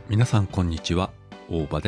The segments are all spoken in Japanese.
皆さんこんにちは、大場です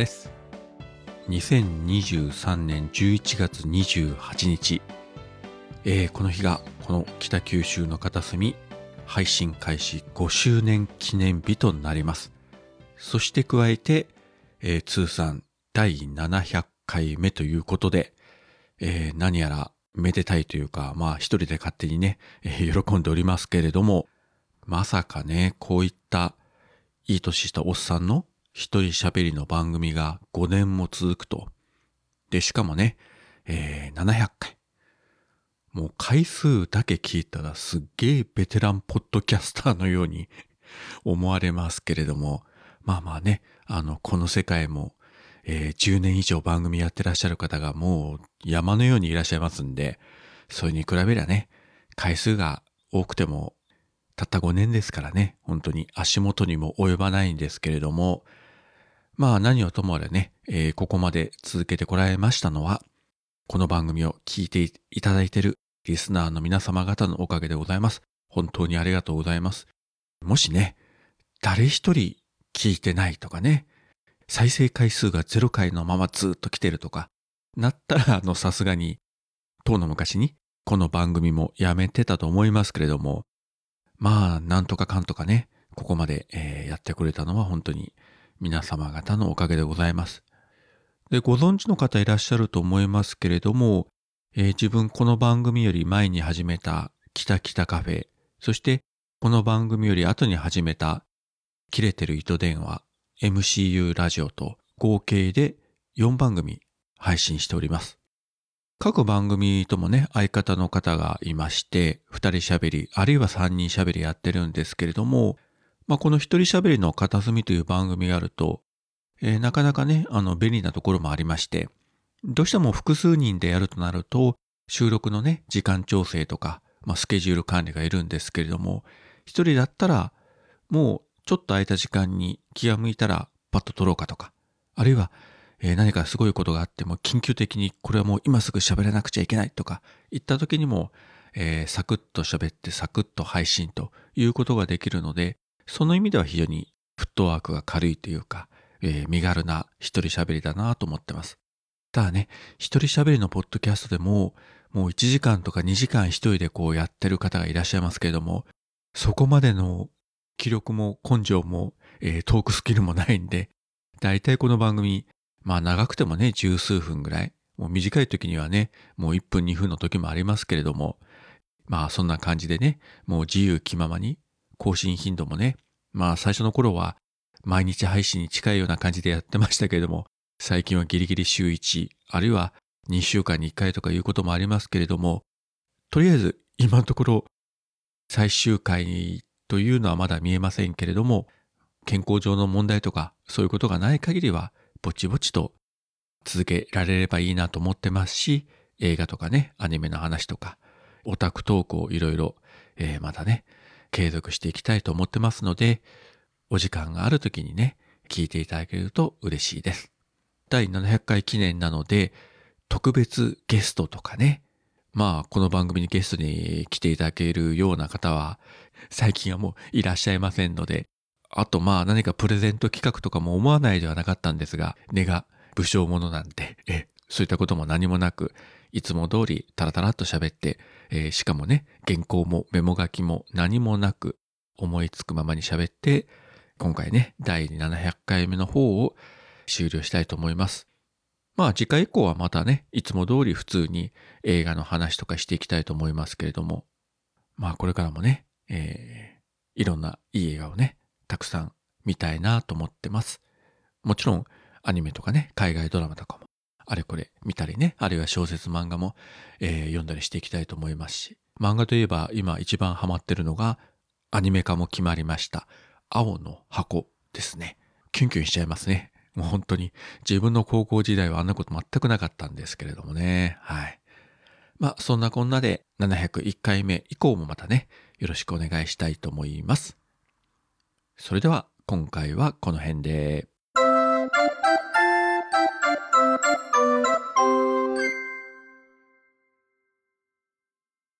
。2023年11月28日、この日がこの北九州の片隅配信開始5周年記念日となります。そして加えて、通算第700回目ということで、何やらめでたいというか、一人で勝手にね、喜んでおりますけれども、まさかね、こういったいい年したおっさんの一人喋りの番組が5年も続くと。で、しかもね、700回。もう回数だけ聞いたらすっげえベテランポッドキャスターのように思われますけれども、ね、この世界も、10年以上番組やってらっしゃる方がもう山のようにいらっしゃいますんで、それに比べりゃね、回数が多くてもたった5年ですからね、本当に足元にも及ばないんですけれども、何をともあれね、ここまで続けてこられましたのは、この番組を聞いていただいているリスナーの皆様方のおかげでございます。本当にありがとうございます。もしね、誰一人聞いてないとかね、再生回数が0回のままずっと来てるとか、なったらさすがに、当の昔にこの番組もやめてたと思いますけれども、なんとかかんとかね、ここまで、やってくれたのは本当に皆様方のおかげでございます。で、ご存知の方いらっしゃると思いますけれども、自分この番組より前に始めたキタキタカフェ、そしてこの番組より後に始めた切れてる糸電話、MCU ラジオと合計で4番組配信しております。各番組ともね、相方の方がいまして、2人喋り、あるいは3人喋りやってるんですけれども、この1人喋りの片隅という番組があると、なかなかね、便利なところもありまして、どうしても複数人でやるとなると、収録のね、時間調整とか、スケジュール管理がいるんですけれども、1人だったら、もうちょっと空いた時間に気が向いたらパッと撮ろうかとか、あるいは、何かすごいことがあっても緊急的にこれはもう今すぐ喋らなくちゃいけないとか言った時にも、サクッと喋ってサクッと配信ということができるので、その意味では非常にフットワークが軽いというか、身軽な一人喋りだなと思ってます。ただね、一人喋りのポッドキャストでもう1時間とか2時間一人でこうやってる方がいらっしゃいますけれども、そこまでの気力も根性も、トークスキルもないんで、だいたいこの番組長くてもね、十数分ぐらい。もう短い時にはね、もう1分2分の時もありますけれども、そんな感じでね、もう自由気ままに、更新頻度もね、最初の頃は毎日配信に近いような感じでやってましたけれども、最近はギリギリ週1、あるいは2週間に1回とかいうこともありますけれども、とりあえず今のところ最終回というのはまだ見えませんけれども、健康上の問題とかそういうことがない限りは、ぼちぼちと続けられればいいなと思ってますし、映画とかね、アニメの話とか、オタクトークをいろいろ、またね、継続していきたいと思ってますので、お時間がある時にね、聞いていただけると嬉しいです。第700回記念なので、特別ゲストとかね、この番組にゲストに来ていただけるような方は、最近はもういらっしゃいませんので、あと何かプレゼント企画とかも思わないではなかったんですが、根が武将者なんで、そういったことも何もなく、いつも通りタラタラっと喋って、しかもね、原稿もメモ書きも何もなく思いつくままに喋って、今回ね、第700回目の方を終了したいと思います。次回以降はまたね、いつも通り普通に映画の話とかしていきたいと思いますけれども、これからもね、いろんないい映画をね、たくさん見たいなと思ってます。もちろんアニメとかね、海外ドラマとかもあれこれ見たりね、あるいは小説漫画も、読んだりしていきたいと思いますし、漫画といえば今一番ハマってるのがアニメ化も決まりました青の箱ですね。キュンキュンしちゃいますね。もう本当に自分の高校時代はあんなこと全くなかったんですけれどもね。はい。そんなこんなで701回目以降もまたね、よろしくお願いしたいと思います。それでは今回はこの辺で。